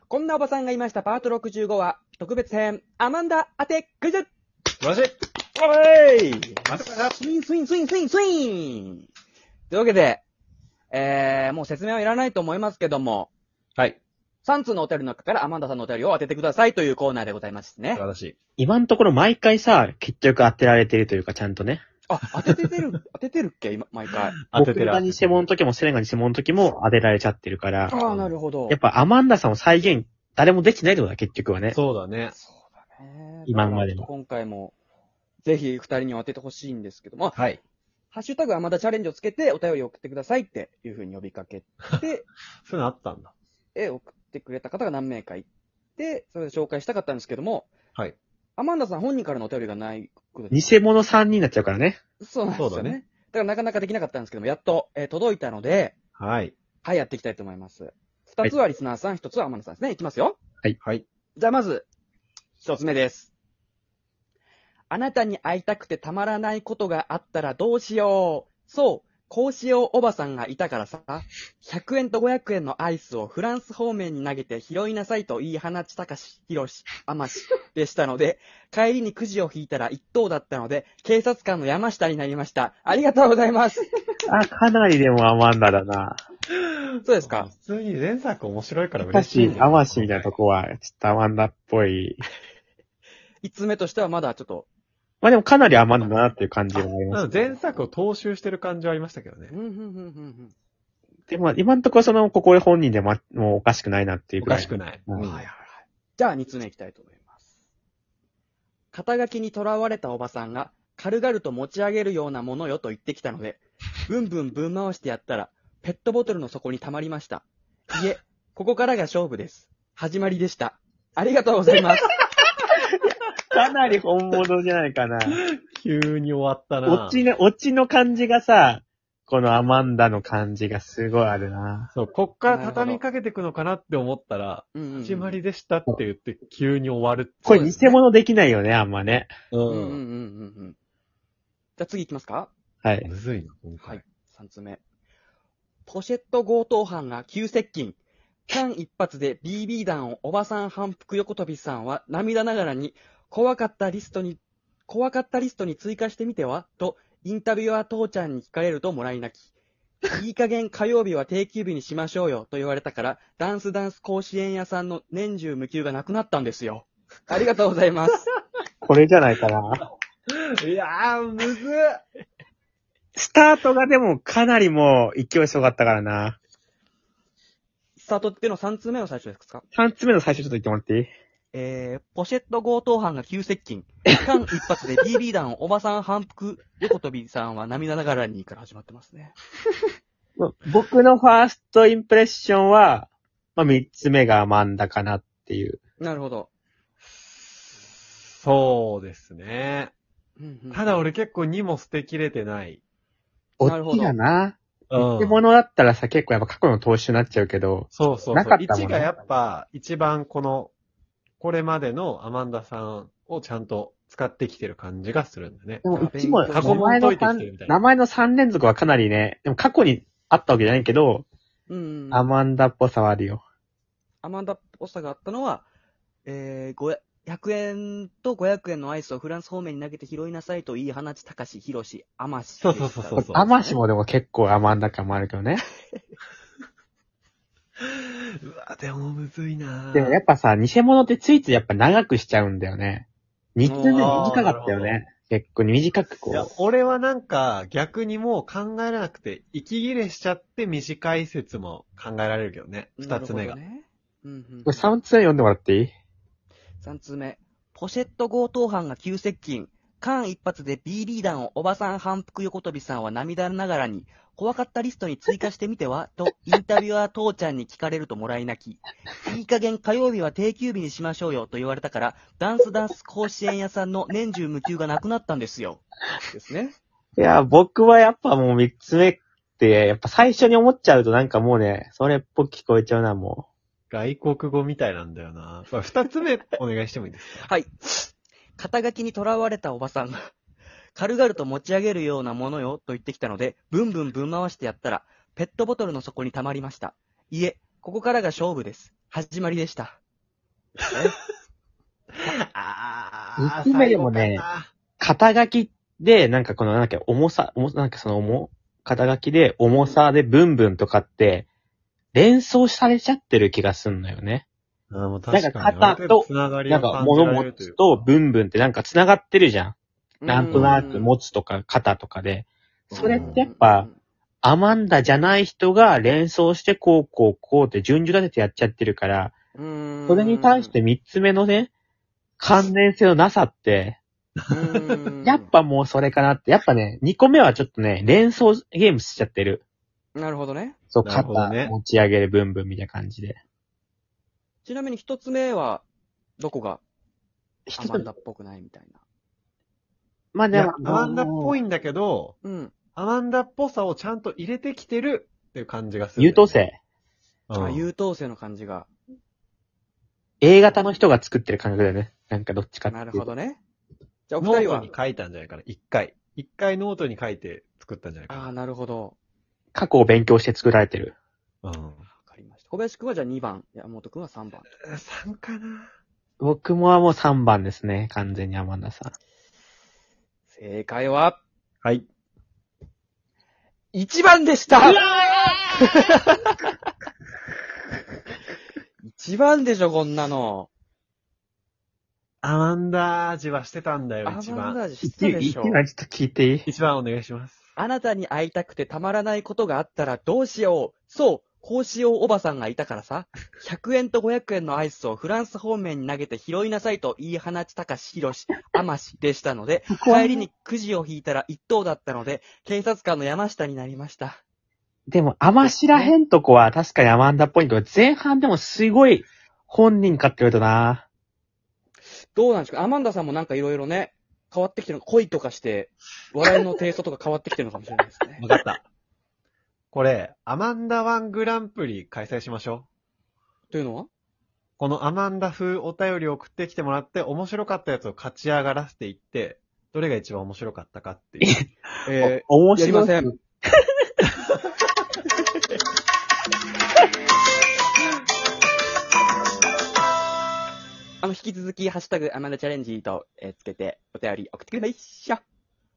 こんなおばさんがいましたパート65話、特別編、アマンダ当てクイズ。 マジおーい待ってください。 スインスインスインスインスインというわけで、もう説明はいらないと思いますけども、 はい。 3通のお便りの中からアマンダさんのお便りを当ててくださいというコーナーでございますね。 私。 今のところ毎回さ、結局当てられてるというかちゃんとね。 あ、当ててるっけ今、毎回。 当ててる。 僕が偽物の時もセレンが偽物の時も当てられちゃってるから。 ああ、なるほど。 やっぱアマンダさんを再現、誰もできてないってことだ、結局はね。 そうだね。 そうだね。 今までのだから今回も、ぜひ二人に当ててほしいんですけども、 はい。 ハッシュタグはまだチャレンジをつけてお便りを送ってくださいっていう風に呼びかけて、 そういうのあったんだ。 送ってくれた方が何名かいて、それで紹介したかったんですけども、 はい。 アマンダさん本人からのお便りがないことで。 偽物3人になっちゃうからね。 そうなんですよね。 そうだねだからなかなかできなかったんですけども、やっと、届いたので、 はい。 はい、やっていきたいと思います。二つはリスナーさん、一つはアマンダさんですね。いきますよ。 はい。 じゃあまず、一つ目です。あなたに会いたくてたまらないことがあったらどうしよう。そう、こうしようおばさんがいたからさ、100円と500円のアイスをフランス方面に投げて拾いなさいと言い放ちたかし、ひろし、あましでしたので、帰りにくじを引いたら一等だったので、警察官の山下になりました。ありがとうございます。 あ、かなりでもアマンダだな。 そうですか。 普通に前作面白いからしかし嬉しいね。、 アマシみたいなとこは、ちょっとアマンダっぽい。 一つ目としてはまだちょっと、 まあでもかなりアマンダだなっていう感じがあります、 前作を踏襲してる感じはありましたけどね。 でも今のところここで本人でもうおかしくないなっていうおくらい。 かしくない。 うんはいはいはい。じゃあ、二つ目いきたいと思います。肩書きに囚われたおばさんが、軽々と持ち上げるようなものよと言ってきたので、ブンブンぶん回してやったら、ペットボトルの底に溜まりました。いえ、ここからが勝負です。始まりでした。ありがとうございます。 かなり本物じゃないかな。 急に終わったな。 オチの感じがさ、このアマンダの感じがすごいあるな。 そう、こっから畳みかけていくのかなって思ったら、始まりでしたって言って急に終わる。 これ偽物できないよね、あんまね。 じゃあ次行きますか。 はい。 むずいな、今回。 はい。3つ目。ポシェット強盗犯が急接近。間一髪で BB 弾をおばさん反復横跳びさんは涙ながらに、怖かったリストに追加してみてはと、インタビュアー父ちゃんに聞かれるともらい泣き。いい加減火曜日は定休日にしましょうよと言われたから、ダンス甲子園屋さんの年中無休がなくなったんですよ。ありがとうございます。 これじゃないかな。 いやー、むずっ。 スタートがでもかなりもう勢いすごかったからな。 スタートっていうのは3通目の最初ですか？ 3つ目の最初ちょっと言ってもらっていい？ ポシェット強盗犯が急接近。間一発で BB 弾をおばさん反復横跳びさんは涙ながらにから始まってますね。 僕のファーストインプレッションは、まあ、3つ目がアマンダかなっていう。 なるほど。 そうですね。 うんうん、 ただ俺結構2も捨てきれてない。 おっきだな。 うん。 偽物だったらさ、結構やっぱ過去の投資になっちゃうけど。 そうそうそう。 なかったもんね 1がやっぱ一番これまでのアマンダさんをちゃんと使ってきてる感じがするんだね。 でも1も過去問解いてきてるみたいな。 名前の3連続はかなりね、でも過去にあったわけじゃないけど、アマンダっぽさはあるよ。 アマンダっぽさがあったのは、100円と500円のアイスをフランス方面に投げて拾いなさいと言い放ちたかし、ひろし、あまし。 そうそうそうそう。 あましもでも結構アマンダ感もあるけどね。 うわ、でもむずいなぁ。 でもやっぱさ、偽物ってついついやっぱ長くしちゃうんだよね。2つ目短かったよね。結構短くこう。 いや、俺はなんか逆にもう考えられなくて、息切れしちゃって短い説も考えられるけどね。2つ目が。 ね、 これ3つ目読んでもらっていい？ 3 通目。ポシェット強盗犯が急接近。間一髪で B リーダーをおばさん反復横跳びさんは涙ながらに、怖かったリストに追加してみてはと、インタビュアー父ちゃんに聞かれるともらい泣き。いい加減火曜日は定休日にしましょうよと言われたから、ダンス甲子園屋さんの年中無休がなくなったんですよ。ですね。 いや、僕はやっぱもう3つ目って、やっぱ最初に思っちゃうとなんかもうね、それっぽく聞こえちゃうな、もう。 外国語みたいなんだよな。2つ目お願いしてもいいですか？ はい。肩書きに囚われたおばさんが、軽々と持ち上げるようなものよと言ってきたので、ブンブンぶん回してやったら、ペットボトルの底に溜まりました。いえ、ここからが勝負です。 始まりでした。 あ 3つ目でもね最後かな肩書きで、なんかこの、なんかなんかその肩書きで重さでブンブンとかって、連想されちゃってる気がすんのよね。 もう確かに。 なんか肩とつながりなんかを感じ物持られるというつとブンブンってなんか繋がってるじゃん。なんとなくも持つとか肩とかで。それってやっぱ、アマンダじゃない人が連想してこうこうこうって順序立ててやっちゃってるから、それに対して3つ目のね、関連性のなさって、やっぱもうそれかなって。やっぱね、2個目はちょっとね、連想ゲームしちゃってる。 なるほどね。 そう、 なるほど肩ね持ち上げるブンブンみたいな感じで。 ちなみに一つ目は、どこがア一つ、 マンダっぽくないみたいな。 いやまあでも、 アマンダっぽいんだけど、 うん。 アマンダっぽさをちゃんと入れてきてるっていう感じがする、 優等。生。 あ、優等生の感じが。 A 型の人が作ってる感覚だよね。なんかどっちかっていなうと。 るほどね。じゃあお二人はノートに、書いたんじゃないかな、一回。一回ノートに書いて作ったんじゃないかな。 ああ、なるほど。 過去を勉強して作られてる。 うん。 わかりました。小林くんはじゃあ2番、山本くんは3番。 3かな。 僕もはもう3番ですね。完全にアマンダさん。 正解は、 はい。 1番でした1番でしょ、こんなの。 アマンダ味はしてたんだよ、 ア一番。 マンダ味知ったでしょ。 今ちょっと聞いていい？ 一番お願いします。 あなたに会いたくてたまらないことがあったらどうしよう。そう、こうしようおばさんがいたからさ。100円と500円のアイスをフランス方面に投げて拾いなさいと言い放ちたかしひろし、あましでしたので、帰りにくじを引いたら1等だったので、警察官の山下になりました。 でも、アマシラヘンとこは確かにアマンダっぽいけど、前半でもすごい本人かって言われるとな。 どうなんですか？アマンダさんもなんかいろいろね、変わってきてるの、恋とかして、笑いのテイストとか変わってきてるのかもしれないですね。 わかった。これ、アマンダワングランプリ開催しましょう。 というのはこのアマンダ風お便りを送ってきてもらって、面白かったやつを勝ち上がらせていって、どれが一番面白かったかっていう。 面白い。 やりません。引き続き、ハッシュタグ、アマンダチャレンジと、つけて、お便り送ってくれまいっしょ。